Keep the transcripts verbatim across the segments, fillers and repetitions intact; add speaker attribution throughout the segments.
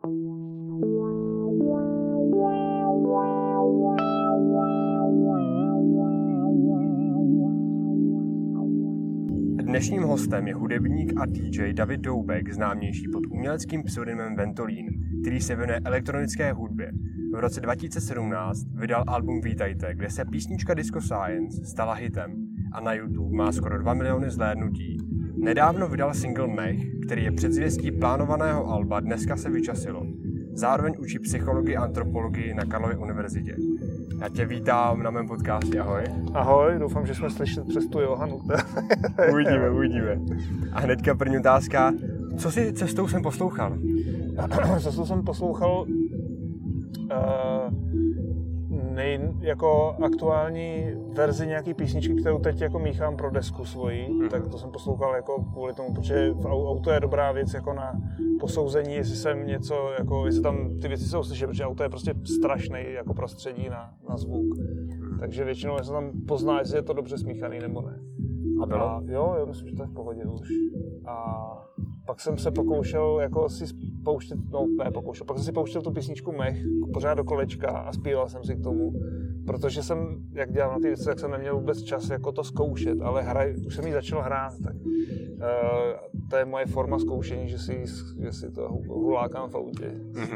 Speaker 1: Dnešním hostem je hudebník a D J David Doubek, známější pod uměleckým pseudonymem Ventolin, který se věnuje elektronické hudbě. V roce dva tisíce sedmnáct vydal album Vítajte, kde se písnička Disco Science stala hitem a na YouTube má skoro dva miliony zhlédnutí. Nedávno vydal single Mech, který je předzvěstí plánovaného alba Dneska se vyčasilo. Zároveň učí psychologii a antropologii na Karlově univerzitě. Já tě vítám na mém podcastu, ahoj.
Speaker 2: Ahoj, doufám, že jsme slyšeli přes tu Johanu.
Speaker 1: uvidíme, uvidíme. A hnedka první otázka, co jsi cestou sem poslouchal?
Speaker 2: Cestou jsem poslouchal uh, nej, jako aktuální verzi nějaký písničky, kterou teď jako míchám pro desku svoji, mm. tak to jsem poslouchal jako kvůli tomu, protože v auto je dobrá věc jako na posouzení, jestli jsem něco, jako, jestli tam ty věci se uslyší, protože auto je prostě strašný jako prostředí na, na zvuk. Takže většinou se tam pozná, jestli je to dobře smíchaný nebo ne.
Speaker 1: A bylo?
Speaker 2: A jo, jo, myslím, že to je v pohodě už. A pak jsem se pokoušel jako si pouštět, no ne pokoušel, pak jsem si pouštěl tu písničku Mech pořád do kolečka a zpíval jsem si k tomu, protože jsem, jak dělám na ty věci, tak jsem neměl vůbec čas jako to zkoušet, ale hraj, už jsem ji začal hrát, tak uh, to je moje forma zkoušení, že si, že si to hulákám v autě.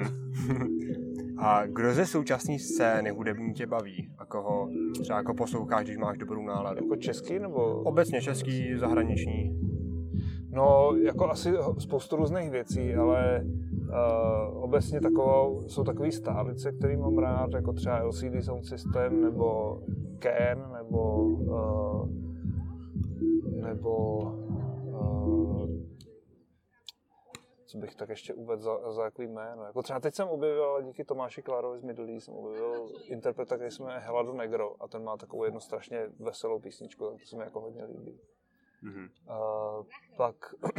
Speaker 1: A kdo ze současné scény hudební tě baví? A koho třeba jako posloucháš, když máš dobrou náladu?
Speaker 2: Jako český nebo?
Speaker 1: Obecně český, zahraniční.
Speaker 2: No, jako asi spoustu různých věcí, ale uh, obecně takovou, jsou takový stálice, který mám rád, jako třeba L C D Sound System, nebo Ken, nebo uh, nebo uh, co bych tak ještě uvedl za, za takový jméno. Jako třeba teď jsem objevil, díky Tomáši Klárovi z Middle East, jsem objevil interpreta, který se jmenuje Helado Negro a ten má takovou jednu strašně veselou písničku, tak to se mi jako hodně líbí. Mm-hmm. Uh, pak,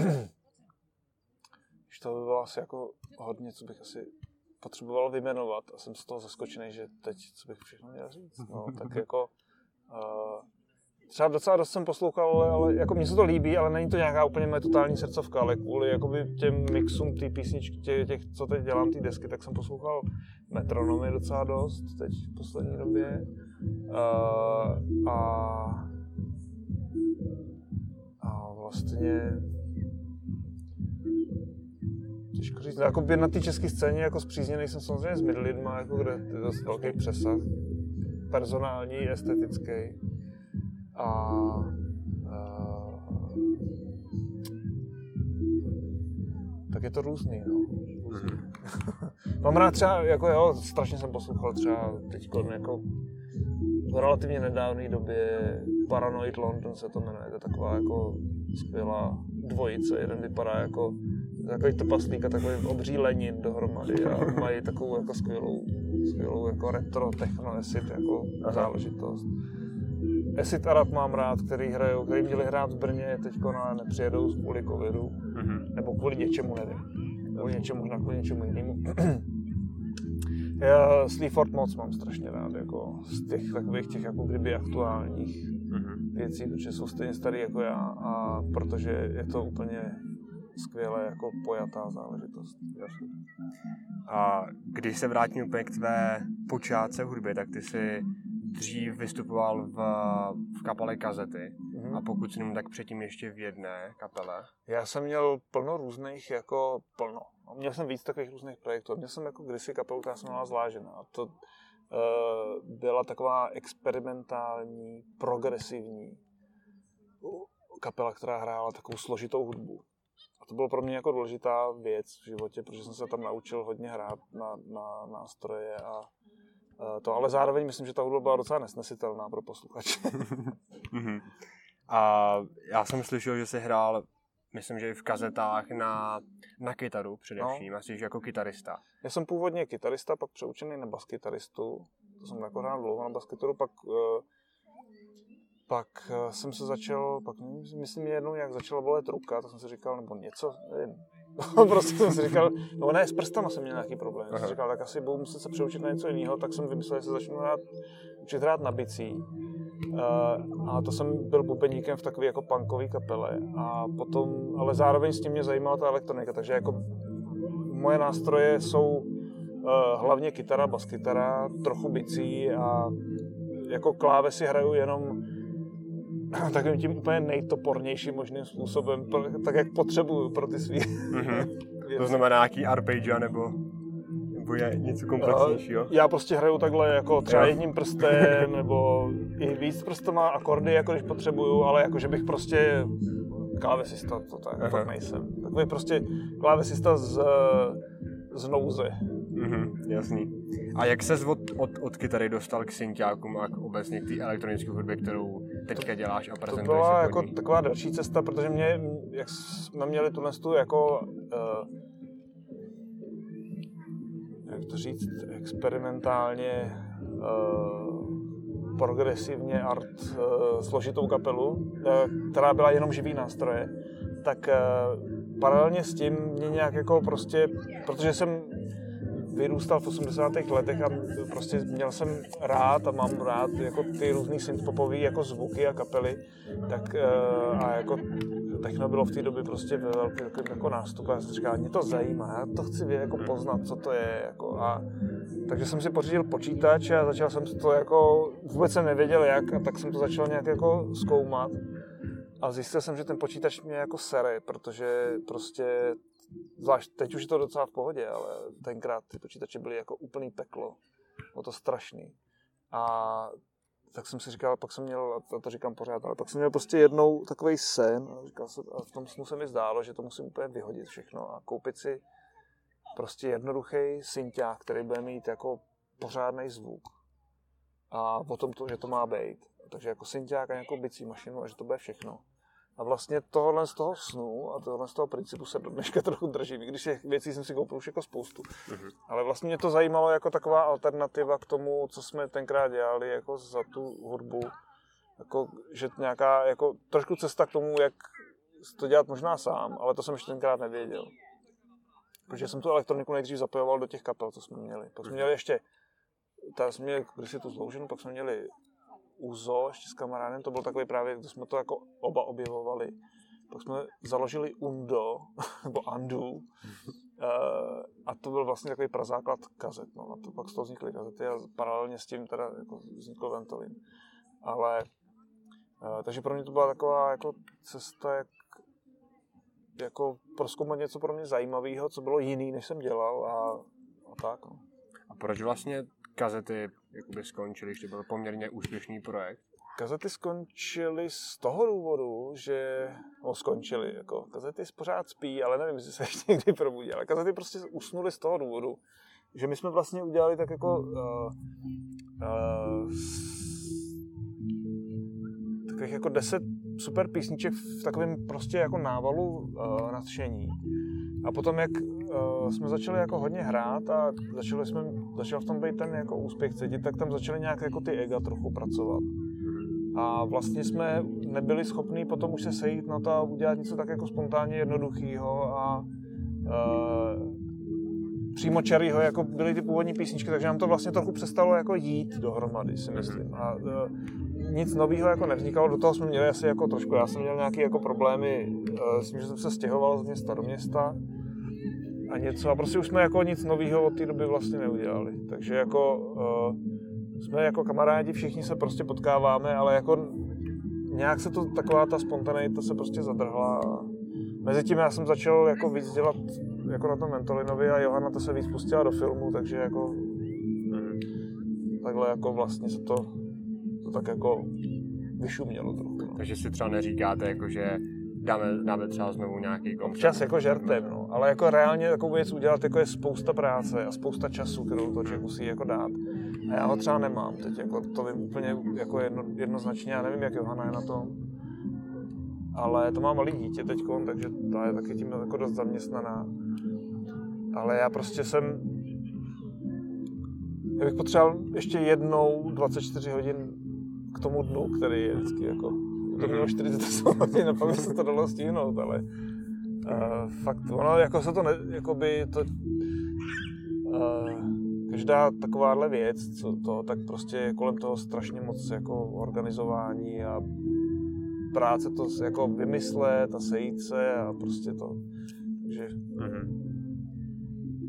Speaker 2: když to by bylo asi jako hodně, co bych asi potřeboval vyjmenovat a jsem z toho zaskočený, že teď, co bych všechno měl říct, no, tak jako uh, třeba docela dost jsem poslouchal, ale, ale jako mně se to líbí, ale není to nějaká úplně moje totální srdcovka, ale kvůli jakoby těm mixům té písničky, těch, těch, co teď dělám, ty desky, tak jsem poslouchal Metronomy docela dost, teď v poslední době uh, a A vlastně těžko říct, jako na té české scéně jako zpřízněný jsem samozřejmě s Midlidma, jako kde je dost velký přesah, personální, estetický a, a tak je to různý, no. Různý. Mám rád třeba, jako jo, strašně jsem poslouchal třeba teď jako v relativně nedávné době Paranoid London se to jmenuje, to je taková jako skvělá dvojice, jeden vypadá jako takový trpaslík a takový obří Lenin dohromady a mají takovou jako skvělou, skvělou jako retro techno acid jako záležitost. Acid Arab mám rád, který hrajou, který měli hrát v Brně, teďko na nepřijedou kvůli covidu, mm-hmm. nebo kvůli něčemu, nevím, kvůli něčemu, možná kvůli něčemu jinému. Já Sleaford moc mám strašně rád, jako z těch takových těch jako kdyby aktuálních mm-hmm. věcí, protože jsou stejně starý jako já a protože je to úplně skvěle jako pojatá záležitost.
Speaker 1: A když se vrátím úplně k tvé počátce v hudbě, tak ty jsi dřív vystupoval v, v kapele Kazety mm-hmm. a pokud si nevím, tak předtím ještě v jedné kapele.
Speaker 2: Já jsem měl plno různých, jako plno. Měl jsem víc takových různých projektů. Měl jsem jako kdysi kapelu, která se jmenovala Zlážená. A to uh, byla taková experimentální, progresivní kapela, která hrála takovou složitou hudbu. A to bylo pro mě jako důležitá věc v životě, protože jsem se tam naučil hodně hrát na, na nástroje a uh, to, ale zároveň myslím, že ta hudba byla docela nesnesitelná pro posluchače.
Speaker 1: A já jsem slyšel, že jsi hrál, myslím, že i v kazetách na, na kytaru především, no. Asi jako kytarista.
Speaker 2: Já jsem původně kytarista, pak přeučený na baskytaristu. To jsem jako hrál dlouho na baskytaru, pak, pak jsem se začal, pak myslím jednou, jak začala bolet ruka, tak jsem si říkal, nebo něco, nevím. Prostě jsem si říkal, no ne, s prstama jsem měl nějaký problém. Jsem si říkal, tak asi budu muset se přeučit na něco jiného, tak jsem vymyslel, že se začnu hrát, učit hrát na bicí. Uh, a to jsem byl bubeníkem v takové jako punkové kapele a potom, ale zároveň s tím mě zajímala ta elektronika, takže jako moje nástroje jsou uh, hlavně kytara, baskytara, trochu bicí a jako klávesy hraju jenom takovým tím úplně nejtopornějším možným způsobem, tak jak potřebuju pro ty svý.
Speaker 1: Mm-hmm. To znamená nějaký arpeggio nebo, nebo je něco komplexnějšího?
Speaker 2: Já prostě hraju takhle jako třeba jedním prstem nebo i víc prstama akordy, jako když potřebuju, ale jako že bych prostě klávesista, to tak, tak nejsem. Takový prostě klávesista z, z nouze.
Speaker 1: Mm-hmm, jasný. A jak ses od, od, od kytary dostal k synťákům a k obecně k té elektronické hudbě, kterou teďka děláš a prezentuješ?
Speaker 2: To byla jako taková další cesta, protože mě, jak jsme měli tuhle tu jako, uh, jak to říct, experimentálně, uh, progresivně art uh, složitou kapelu, uh, která byla jenom živý nástroje, tak uh, paralelně s tím mě nějak jako prostě, protože jsem vyrůstal v osmdesátých letech a prostě měl jsem rád a mám rád jako ty různý synthpopový jako zvuky a kapely, tak a jako techno bylo v té době prostě ve velkém jako nástupu a já jsem říkal, mě to zajímá, já to chci jako poznat, co to je jako a takže jsem si pořídil počítač a začal jsem to jako, vůbec jsem nevěděl jak a tak jsem to začal nějak jako zkoumat a zjistil jsem, že ten počítač mě jako sere, protože prostě zvlášť teď už je to docela v pohodě, ale tenkrát ty počítače byly jako úplný peklo. Bylo to strašný. A tak jsem si říkal, pak jsem měl, a to říkám pořád, ale pak jsem měl prostě jednou takovej sen a, říkal jsem, a v tom snu se mi zdálo, že to musím úplně vyhodit všechno a koupit si prostě jednoduchý synťák, který bude mít jako pořádný zvuk. A o tom, to, že to má být. Takže jako synťák a nějakou bicí mašinu a že to bude všechno. A vlastně tohohle z toho snu a tohohle z toho principu se do dneška trochu držím, i když těch věcí jsem si koupil už jako spoustu. Mm-hmm. Ale vlastně mě to zajímalo jako taková alternativa k tomu, co jsme tenkrát dělali jako za tu hudbu. Jako, že nějaká, jako trošku cesta k tomu, jak to dělat možná sám, ale to jsem ještě tenkrát nevěděl. Protože jsem tu elektroniku nejdřív zapojoval do těch kapel, co jsme měli. Pak jsme měli ještě, tady jsme měli když si tu zlouženu, pak jsme měli Uzo ještě s kamarádem, to byl takový právě, když jsme to jako oba objevovali. Pak jsme založili Undo, nebo Andu, uh, a to byl vlastně takový prazáklad kazet. No. A to pak z toho vznikly kazety a paralelně s tím teda jako vznikl Ventolin. Ale, uh, takže pro mě to byla taková jako cesta, jak jako prozkoumat něco pro mě zajímavého, co bylo jiný, než jsem dělal a, a tak. No.
Speaker 1: A proč vlastně kazety jakoby skončily, že to byl poměrně úspěšný projekt?
Speaker 2: Kazety skončily z toho důvodu, že no, skončily, jako kazety pořád spí, ale nevím, jestli se ještě někdy probudí, ale kazety prostě usnuly z toho důvodu, že my jsme vlastně udělali tak jako uh, uh, takových jako deset super písniček v takovém prostě jako návalu uh, nadšení. A potom, jak uh, jsme začali jako hodně hrát a začali jsme, začal v tom být ten jako úspěch cítit, tak tam začaly nějak jako ty ega trochu pracovat. A vlastně jsme nebyli schopní potom už se sejít na to a udělat něco tak jako spontánně jednoduchýho a uh, přímo čarýho, jako byly ty původní písničky, takže nám to vlastně trochu přestalo jako jít dohromady, si myslím. A uh, nic nového jako nevznikalo, do toho jsme měli asi jako trošku, já jsem měl nějaké jako problémy uh, s tím, že jsem se stěhoval z města do města a něco a prostě už jsme jako nic nového od té doby vlastně neudělali. Takže jako uh, jsme jako kamarádi, všichni se prostě potkáváme, ale jako nějak se to, taková ta spontaneita se prostě zadrhla. Mezitím já jsem začal jako víc dělat jako na tom Ventolinovi a Johana to se víc pustila do filmu, takže jako mm, takhle jako vlastně se to, to tak jako vyšumělo trochu. No.
Speaker 1: Takže si třeba neříkáte, jako že dáme, dáme třeba znovu nějaký koncert?
Speaker 2: Občas jako žertem, no. Ale jako reálně takovou věc udělat jako je spousta práce a spousta času, kterou to člověk musí jako dát. A já ho třeba nemám teď, jako to vím úplně jako jedno, jednoznačně, já nevím, jak Johana je na tom. Ale to má malý dítě teďko, takže ta je taky tím jako dost zaměstnaná. Ale já prostě jsem... Já bych potřeboval ještě jednou dvacet čtyři hodin k tomu dnu, který je vždycky jako... To mělo čtyřicet osm hodin, a pak by se to dalo stihnout, ale... Uh, fakt, ono jako se to ne... Jakoby to... Uh, každá takováhle věc, co to, tak prostě je kolem toho strašně moc jako organizování a práce to jako vymyslet a sejít se a prostě to. Takže...
Speaker 1: Mm-hmm.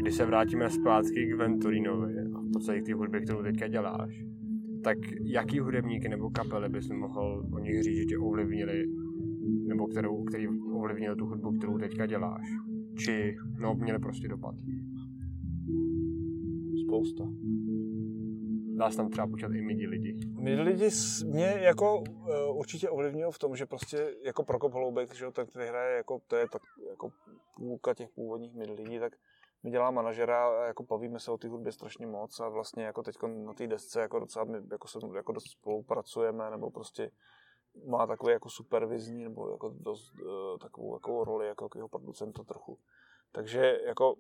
Speaker 1: když se vrátíme zpátky k Ventolinovi a v podstatě k té hudbě, kterou teďka děláš, tak jaký hudebníky nebo kapely bys mohl o nich říct, že tě ovlivnili, nebo kterou, který ovlivnil tu hudbu, kterou teďka děláš? Či no, měli prostě dopad?
Speaker 2: Spousta.
Speaker 1: Dá se tam třeba počítat i midi lidi.
Speaker 2: Midi lidi mě jako uh, určitě ovlivnilo v tom, že prostě jako Prokop Holoubek, že ten, který hraje, jako, to je tak, jako půlka těch původních midi lidí, tak mi dělá manažera a jako bavíme se o té hudbě strašně moc a vlastně jako teď na té desce jako docela my jako, se, jako dost spolupracujeme, nebo prostě má takový jako supervizní nebo jako dost uh, takovou jako roli jako jeho producenta trochu. Takže jako uh,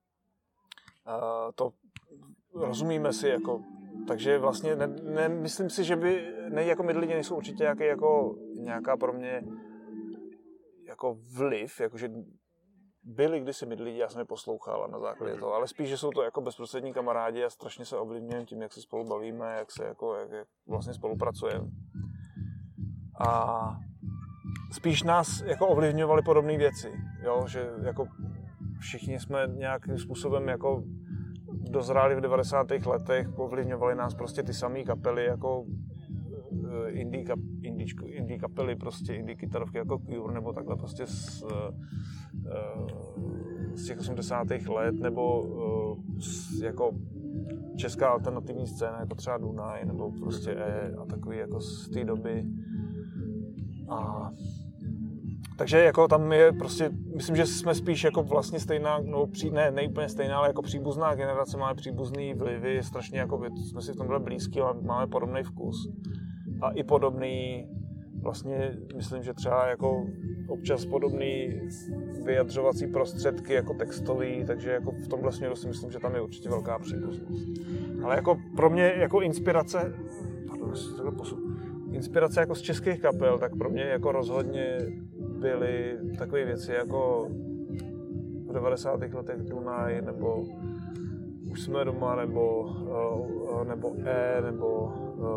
Speaker 2: to rozumíme si jako, takže vlastně ne, ne, myslím si, že by, ne jako midi lidi nejsou určitě nějaký, jako, nějaká pro mě jako vliv, jakože byli kdysi midi lidi, já jsem je poslouchal na základě toho, ale spíš, že jsou to jako bezprostřední kamarádi a strašně se ovlivňujeme tím, jak se spolu bavíme, jak se jako, jak, jak vlastně spolupracujeme. A spíš nás jako ovlivňovaly podobné věci, jo, že jako všichni jsme nějakým způsobem jako dozráli v devadesátých letech, ovlivňovaly nás prostě ty samé kapely, jako indie, kap, indie, indie kapely, prostě indie kytarovky jako Cure, nebo takhle prostě z, z těch osmdesátých let, nebo z, jako česká alternativní scéna, jako třeba Dunaj, nebo prostě E a takový jako z té doby. A takže jako tam je prostě, myslím, že jsme spíš jako vlastně stejná, no pří, ne, ne úplně stejná, ale jako příbuzná generace, máme příbuzný vlivy, strašně jako jsme si v tomhle blízký, máme podobný vkus. A i podobný, vlastně myslím, že třeba jako občas podobný vyjadřovací prostředky jako textový, takže jako v tomhle směru si myslím, že tam je určitě velká příbuznost. Ale jako pro mě jako inspirace, pardon, takhle posun, inspirace jako z českých kapel, tak pro mě jako rozhodně byly takové věci jako v devadesátých letech Dunaj, nebo Už jsme doma, nebo, nebo E, nebo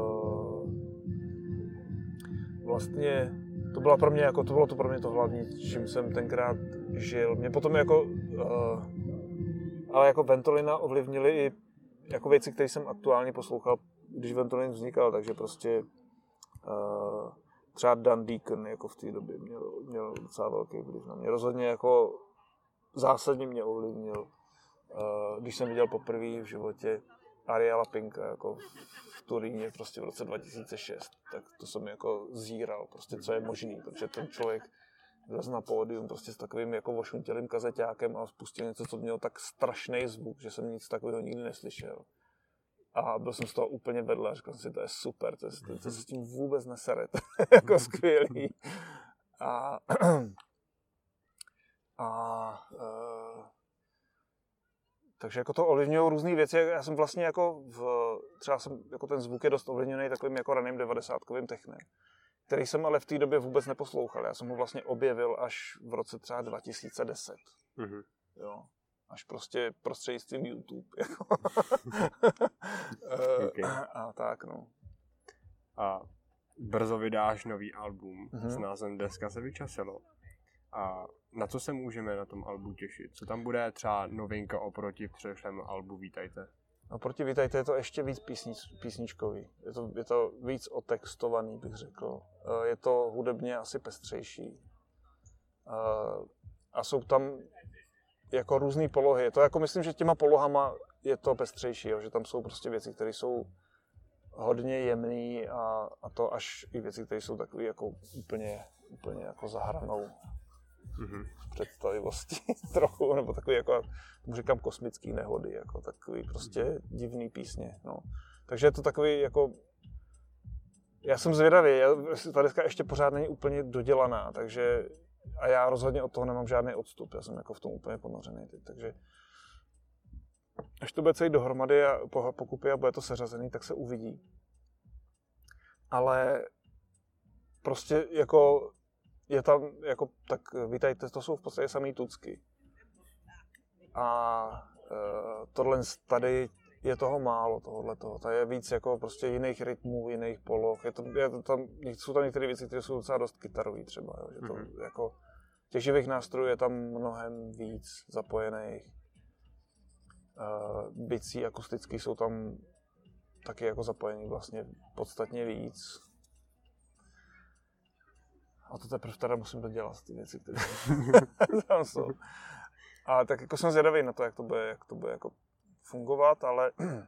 Speaker 2: vlastně to bylo pro mě jako to bylo to pro mě to hlavní, čím jsem tenkrát žil. Mě potom jako ale jako Ventolina ovlivnili i jako věci, které jsem aktuálně poslouchal, když Ventolin vznikal, takže prostě třeba Dan Deacon jako v té době měl, měl docela velký vliv na mě. Rozhodně jako zásadně mě ovlivnil, když jsem viděl poprvé v životě Ariela Pinka jako v Turíně prostě v roce dva tisíce šest, tak to jsem jako zíral, prostě co je možný, protože ten člověk vlez na pódium prostě s takovým jako ošuntělým kazeťákem a spustil něco, co mělo tak strašný zvuk, že jsem nic takového nikdy neslyšel. A byl jsem z toho úplně vedle a říkal jsem si, to je super, to, je, to, to se s tím vůbec nesere, to je jako skvělý. A, a uh, takže jako to ovlivňují různé věci. Já jsem vlastně jako v, třeba jsem, jako ten zvuk je dost ovlivněný takovým jako raným devadesátkovým technem, který jsem ale v té době vůbec neposlouchal. Já jsem ho vlastně objevil až v roce třeba dva tisíce deset. Mm-hmm. Jo. Až prostě prostřednictvím YouTube. Jako. Okay. a, a tak, no.
Speaker 1: A brzo vydáš nový album mm-hmm. s názvem Deska se vyčasilo. A na co se můžeme na tom albu těšit? Co tam bude třeba novinka oproti předešlému albu Vítajte?
Speaker 2: Oproti Vítajte je to ještě víc písnič, písničkový. Je to, je to víc otextovaný, bych řekl. Je to hudebně asi pestřejší. A jsou tam jako různé polohy. To jako myslím, že těma polohama je to pestřejší, jo? Že tam jsou prostě věci, které jsou hodně jemný a, a to až i věci, které jsou takové jako úplně, úplně jako za hranou mm-hmm. představivosti trochu, nebo takový jako, tomu říkám kosmický nehody, jako takový prostě mm-hmm. divný písně, no. Takže je to takový jako, já jsem zvědavý, já, ta deska ještě pořád není úplně dodělaná, takže a já rozhodně od toho nemám žádný odstup, já jsem jako v tom úplně ponořený teď, takže až to bude celý dohromady a pokupy a bude to seřazený, tak se uvidí. Ale prostě jako je tam, jako, tak Vítajte, to jsou v podstatě samý tucky. A e, tohle tady je toho málo, tohohletoho. To je víc jako prostě jiných rytmů, jiných poloh. Je to, je to tam, jsou tam některé věci, které jsou docela dost kytarový třeba. Jo, že to, mm-hmm. jako, těch živých nástrojů je tam mnohem víc zapojených. uh, bicí akustický jsou tam taky jako zapojení vlastně podstatně víc. A to teprve teda musím dodělat ty věci, které tam jsou. A tak jako jsem zvědavý na to, jak to bude, jak to bude jako fungovat, ale,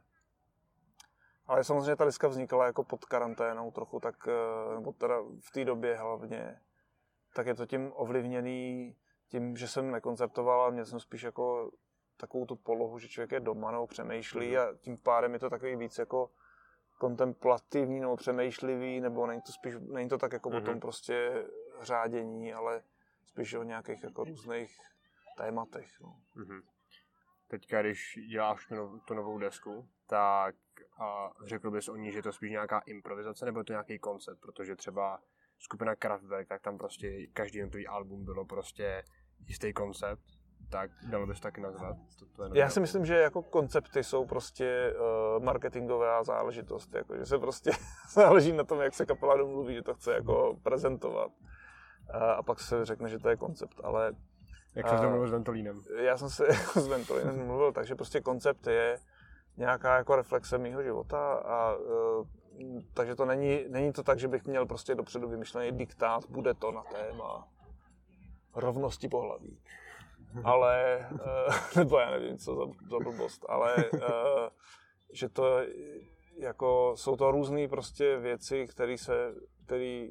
Speaker 2: ale samozřejmě ta deska vznikla jako pod karanténou trochu, tak, nebo teda v té době hlavně, tak je to tím ovlivněný tím, že jsem nekoncertoval, ale měl jsem spíš jako takovou tu polohu, že člověk je doma nebo přemýšlí a tím pádem je to takový víc jako kontemplativní nebo přemýšlivý, nebo není to spíš, není to tak jako mm-hmm. o tom prostě řádění, ale spíš o nějakých jako různých tématech. No.
Speaker 1: Mm-hmm. Teďka, když děláš tu, nov, tu novou desku, tak a řekl bys o ní, že je to spíš nějaká improvizace, nebo je to nějaký koncept, protože třeba skupina Kraftwerk, tak tam prostě každý jednotlivý album bylo prostě jistý koncept, tak dalo bys taky nazvat. To, to je
Speaker 2: Já si myslím, že jako koncepty jsou prostě uh, marketingová záležitost, jako, že se prostě záleží na tom, jak se kapela domluví, že to chce jako prezentovat. Uh, a pak se řekne, že to je koncept, ale...
Speaker 1: Jak jsi uh, mluvil s Ventolínem?
Speaker 2: Já jsem se s Ventolínem mluvil, takže prostě koncept je nějaká jako reflexe mýho života a uh, takže to není, není to tak, že bych měl prostě dopředu vymyšlený diktát, bude to na téma rovnosti pohlaví. Ale, uh, nebo já nevím, co za, za blbost, ale uh, že to jako, jsou to různé prostě věci, které se, které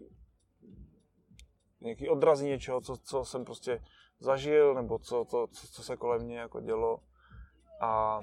Speaker 2: nějaký odrazí něčeho, co, co jsem prostě zažil, nebo co, to, co, co se kolem mě jako dělo. A,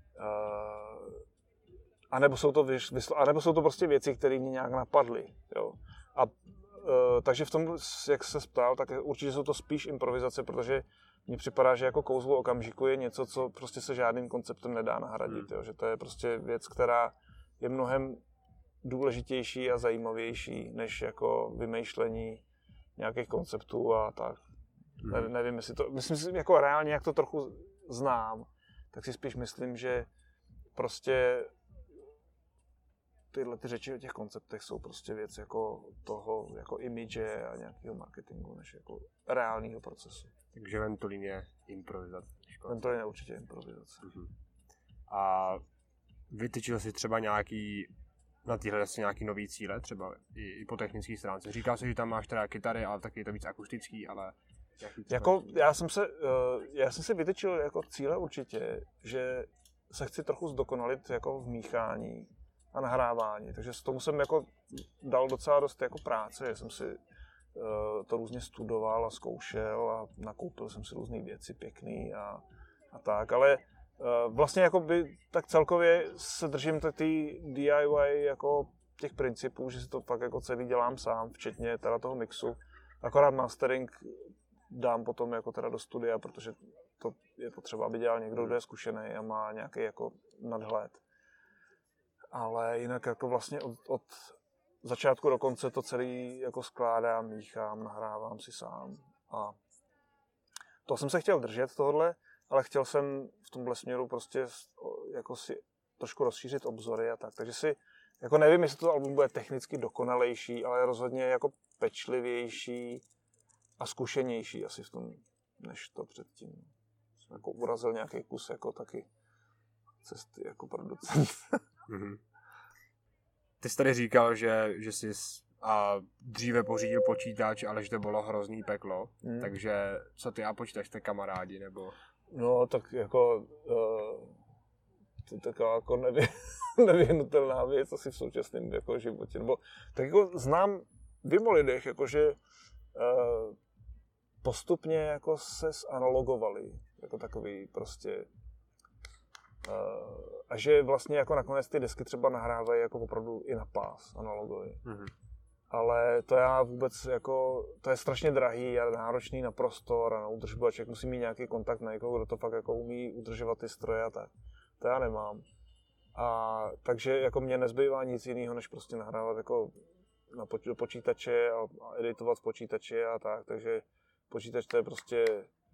Speaker 2: uh, a, nebo jsou to vysl, a nebo jsou to prostě věci, které mě nějak napadly. Jo. A, uh, takže v tom, jak se ptal, tak určitě jsou to spíš improvizace, protože mně připadá, že jako kouzlo okamžiku je něco, co prostě se žádným konceptem nedá nahradit. Hmm. Jo? Že to je prostě věc, která je mnohem důležitější a zajímavější, než jako vymýšlení nějakých konceptů a tak. Hmm. Ne, nevím, jestli to... Myslím si, jako reálně, jak to trochu znám, tak si spíš myslím, že prostě tyhle ty řeči o těch konceptech jsou prostě věc jako toho, jako image a nějakého marketingu, než jako reálného procesu.
Speaker 1: Takže Ventolín je improvizace.
Speaker 2: Ventolín je určitě improvizace.
Speaker 1: Uh-huh. A vytyčil si třeba nějaký, na téhle desce nějaký nový cíle, třeba i, i po technické stránce. Říkal jsi, že tam máš teda kytary, ale taky je to víc akustický, ale...
Speaker 2: Jako já jsem se, já jsem si vytyčil jako cíle určitě, že se chci trochu zdokonalit jako v míchání a nahrávání, takže s tomu jsem jako dal docela dost jako práce, že jsem si to různě studoval a zkoušel a nakoupil jsem si různé věci pěkný a, a tak, ale vlastně jako by tak celkově se držím ty D I Y jako těch principů, že si to fakt jako celý dělám sám, včetně teda toho mixu, akorát mastering dám potom jako teda do studia, protože to je potřeba, aby dělal někdo, kdo je zkušený a má nějaký jako nadhled. Ale jinak jako vlastně od, od začátku do konce to celý jako skládám, míchám, nahrávám si sám. A to jsem se chtěl držet tohle, ale chtěl jsem v tomhle směru prostě jako si trošku rozšířit obzory a tak. Takže si jako nevím, jestli to album bude technicky dokonalejší, ale rozhodně jako pečlivější a zkušenější asi v tom, než to předtím. Jsem jako urazil nějaký kus jako taky cesty jako producent.
Speaker 1: Mm-hmm. Ty jsi tady říkal, že, že jsi a dříve pořídil počítač, ale že to bylo hrozný peklo. Mm. Takže co ty a počítač, jste kamarádi, nebo?
Speaker 2: No, tak jako uh, to je taková jako nevě, nevyhnutelná věc asi v současném jako životě. Nebo tak jako znám, vím o lidech, jakože uh, postupně jako se zanalogovali, jako takový prostě uh, a že vlastně jako nakonec ty desky třeba nahrávají jako opravdu i na pás analogový. Mm-hmm. Ale to já vůbec jako, to je strašně drahý a náročný na prostor a na údržbu a člověk musí mít nějaký kontakt na někoho, kdo to fakt jako umí udržovat ty stroje a tak. To já nemám. A takže jako mě nezbývá nic jiného, než prostě nahrávat jako na poč- do počítače a, a editovat z počítače a tak, takže počítač to je prostě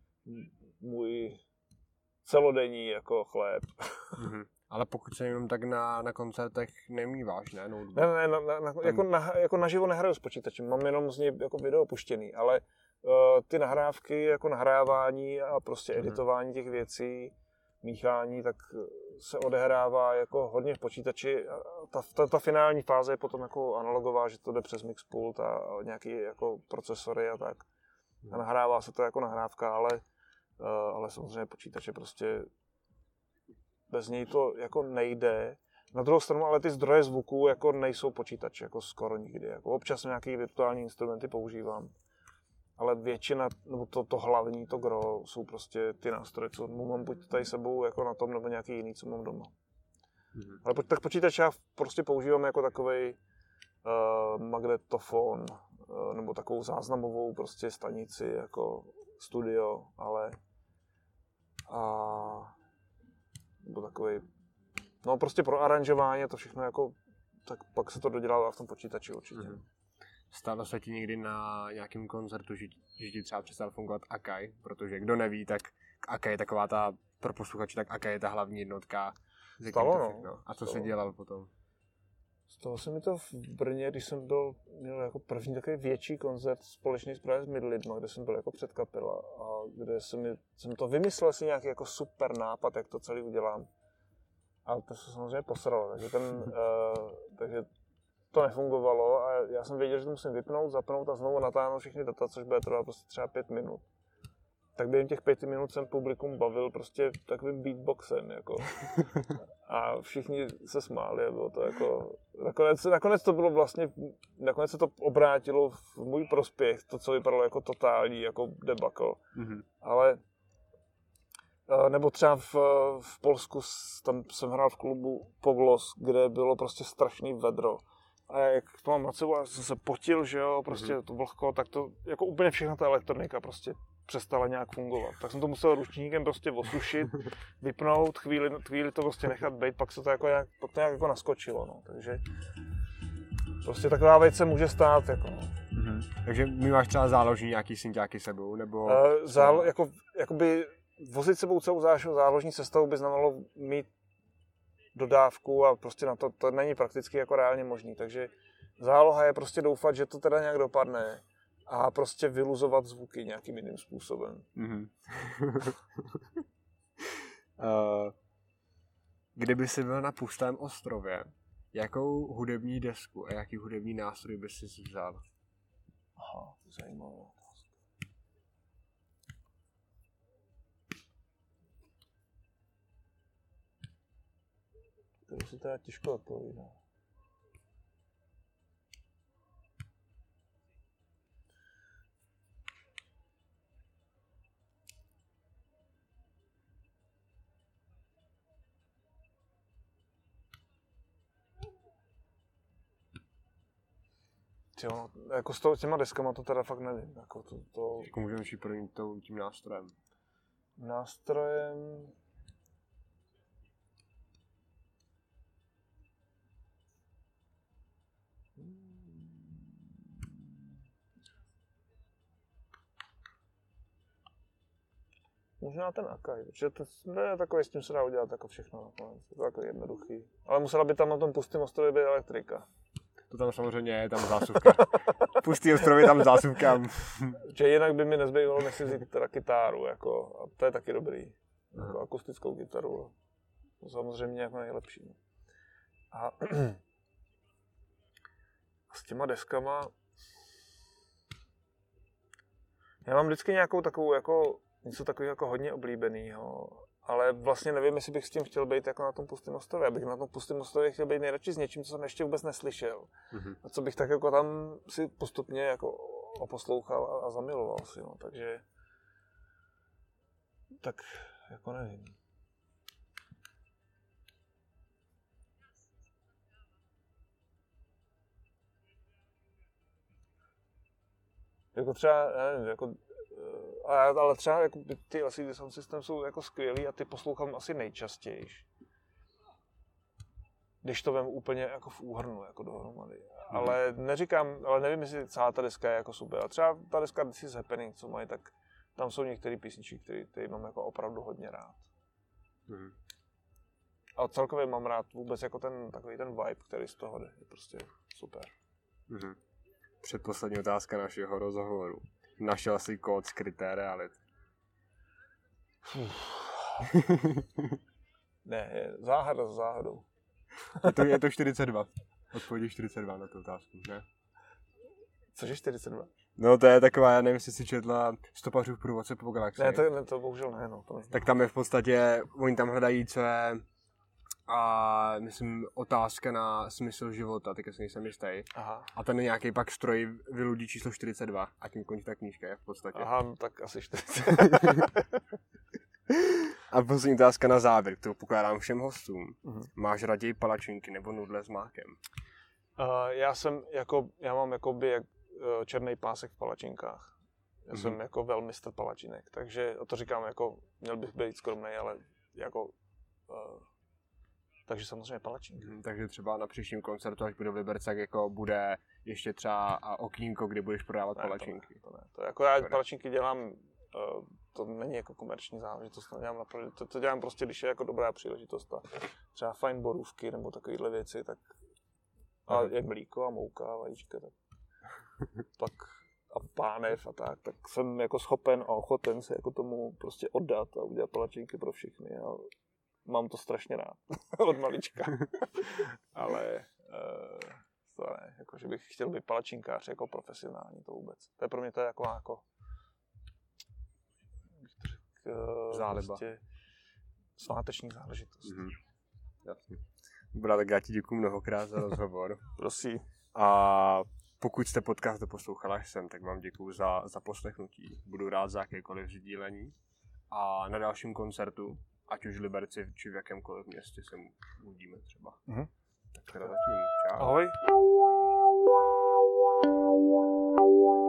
Speaker 2: můj celodenní jako chléb.
Speaker 1: Mm-hmm. Ale pokud se jenom tak na, na koncertech nemýváš, ne? No,
Speaker 2: ne, ne, na, na, na, jako, na, jako naživo nehraju s počítačem, mám jenom z něj jako video puštěný, ale uh, ty nahrávky, jako nahrávání a prostě mm-hmm. editování těch věcí míchání, tak se odehrává jako hodně v počítači. Ta, ta, ta finální fáze je potom jako analogová, že to jde přes mixpult a nějaký jako procesory a tak. A nahrává se to jako nahrávka, ale, ale samozřejmě počítače prostě bez něj to jako nejde. Na druhou stranu ale ty zdroje zvuku jako nejsou počítače, jako skoro nikdy. Jako občas nějaké virtuální instrumenty používám. Ale většina, nebo to, to hlavní, to gro, jsou prostě ty nástroje, co mám buď tady sebou jako na tom, nebo nějaký jiný, co mám doma. Mm-hmm. Ale tak počítač já prostě používám jako takovej uh, magnetofon, uh, nebo takovou záznamovou prostě stanici, jako studio, ale a nebo takovej, no prostě pro aranžování a to všechno jako, tak pak se to dodělává v tom počítači určitě. Mm-hmm.
Speaker 1: Stalo se ti někdy na nějakém koncertu, že, že ti třeba přestal fungovat Akai, protože kdo neví, tak Akai je taková ta, pro posluchače, tak Akai je ta hlavní jednotka.
Speaker 2: Stalo, no.
Speaker 1: no. A co jsi dělal potom?
Speaker 2: Stalo se mi to v Brně, když jsem byl, měl jako první takový větší koncert společný právě s Midlidma, kde jsem byl jako předkapela a kde jsem, mi, jsem to vymyslel si nějaký jako super nápad, jak to celý udělám. Ale to se samozřejmě posralo, takže ten, uh, takže to nefungovalo a já jsem věděl, že to musím vypnout, zapnout a znovu natáhnout všechny data, což bude trvat prostě třeba pět minut. Tak během těch pěti minut jsem publikum bavil prostě takovým beatboxem, jako. A všichni se smáli, a bylo to jako, nakonec, nakonec to bylo vlastně, nakonec se to obrátilo v můj prospěch, to, co vypadalo jako totální, jako debakl. Mm-hmm. Ale, nebo třeba v, v Polsku, tam jsem hrál v klubu Poglos, kde bylo prostě strašný vedro. A jak to mám na sebou, já jsem se potil, že jo, prostě mm-hmm. to vlhko, tak to, jako úplně všechna ta elektronika prostě přestala nějak fungovat. Tak jsem to musel ručníkem prostě osušit, vypnout, chvíli, chvíli to prostě nechat být, pak se to jako nějak, pak to nějak jako naskočilo, no, takže prostě taková věc se může stát, jako no.
Speaker 1: Mm-hmm. Takže my máš třeba záložní nějaký synťáky sebou, nebo?
Speaker 2: Uh, zálo, jako, jakoby vozit sebou celou záložní sestavu by znamenalo mít dodávku a prostě na to, to není prakticky jako reálně možný, takže záloha je prostě doufat, že to teda nějak dopadne a prostě vyluzovat zvuky nějakým jiným způsobem. Mm-hmm.
Speaker 1: uh, kdyby jsi byl na pustém ostrově, jakou hudební desku a jaký hudební nástroj bys si vzal?
Speaker 2: Aha, zajímavé. To si teda těžko odpovídá. Jo, jako s, to, s těma deskama to teda fakt nevím. Jako to, to...
Speaker 1: Jako můžeme šít pro tím nástrojem?
Speaker 2: Nástrojem... Možná ten Akai, protože to je takový, s tím se dá udělat jako všechno nakonec. Je to takový jednoduchý. Ale musela by tam na tom pustém ostrově být elektrika.
Speaker 1: To tam samozřejmě je, tam zásuvka. Pustý ostrov je tam zásuvka.
Speaker 2: Že jinak by mi nezbývalo, než si vzít teda kytáru, jako, a to je taky dobrý. Jako akustickou kytaru. To samozřejmě jako nejlepší. A, a s těma deskama... Já mám vždycky nějakou takovou jako... něco takového jako hodně oblíbenýho, ale vlastně nevím, jestli bych s tím chtěl být jako na tom pustém ostrově. Já bych na tom pustém ostrově chtěl být nejradši s něčím, co jsem ještě vůbec neslyšel. Mm-hmm. A co bych tak jako tam si postupně jako oposlouchal a, a zamiloval si, no. Takže tak jako nevím. Jako třeba, nevím, jako ale třeba jako ty L C D Sound System jsou jako skvělý a ty poslouchám asi nejčastěji. Když to vem úplně jako v úhrnu, jako dohromady. Hmm. Ale neříkám, ale nevím, jestli celá ta deska je jako super. A třeba ta deska This Is Happening, co mají, tak tam jsou některé písničky, které, které mám jako opravdu hodně rád. Hmm. A celkově mám rád vůbec jako ten takový ten vibe, který z toho jde. Je prostě super.
Speaker 1: Hmm. Předposlední otázka našeho rozhovoru. Našel jsi kód skryté reality?
Speaker 2: Uf, Ne, je záhada za záhadou.
Speaker 1: Je to, je to čtyřicet dva. Odpověď je čtyřicet dva na tu otázku, ne?
Speaker 2: Cože čtyřicet dva?
Speaker 1: No to je taková, já nevím, jestli si četla Stopařův průvodce po galaxii.
Speaker 2: Ne, to, ne, to bohužel ne, no. To
Speaker 1: tak tam je v podstatě, oni tam hledají, co je, a myslím, otázka na smysl života, teďka si nejsem jistý.
Speaker 2: Aha.
Speaker 1: A ten nějaký pak stroj vyludí číslo čtyřicet dva a tím končí ta knížka, je v podstatě.
Speaker 2: Aha, no, tak asi čtyřicet.
Speaker 1: A poslední otázka na závěr, kterou pokládám všem hostům.
Speaker 2: Uh-huh.
Speaker 1: Máš raději palačinky nebo nudle s mákem?
Speaker 2: Uh, já jsem jako, já mám jakoby jak, uh, černý pásek v palačinkách. Já uh-huh. jsem jako velmistr palačinek, takže to říkám jako, měl bych být skromnej, ale jako, uh, takže samozřejmě palačinky.
Speaker 1: Hmm, takže třeba na příštím koncertu, až bude v Liberci, tak jako bude ještě třeba okýnko, kde budeš prodávat
Speaker 2: ne,
Speaker 1: palačinky.
Speaker 2: To ne, to ne. To jako já to palačinky dělám, uh, to není jako komerční záležitost, to dělám, napravo, to, to dělám prostě, když je jako dobrá příležitost. A třeba fajn borůvky nebo takovéhle věci, tak a jak mlíko a mouka a vajíčka, tak pak a pánev a tak, tak jsem jako schopen a ochoten se jako tomu prostě oddat a udělat palačinky pro všechny. A mám to strašně rád od malička. Ale uh, to ne, jako, že bych chtěl být palačinkář jako profesionální, to vůbec. To je pro mě to je jako, jako uh,
Speaker 1: záliba.
Speaker 2: Prostě sváteční záležitost.
Speaker 1: Mm-hmm. Jasně. Dobrá, tak já ti děkuji mnohokrát za rozhovor.
Speaker 2: Prosím.
Speaker 1: A pokud jste podcast doposlouchali až sem, tak vám děkuji za, za poslechnutí. Budu rád za jakékoliv sdílení. A na dalším koncertu, ať už v Liberci, či v jakémkoliv městě, se uvidíme třeba.
Speaker 2: Mm-hmm.
Speaker 1: Tak teda zatím. Čau.
Speaker 2: Ahoj.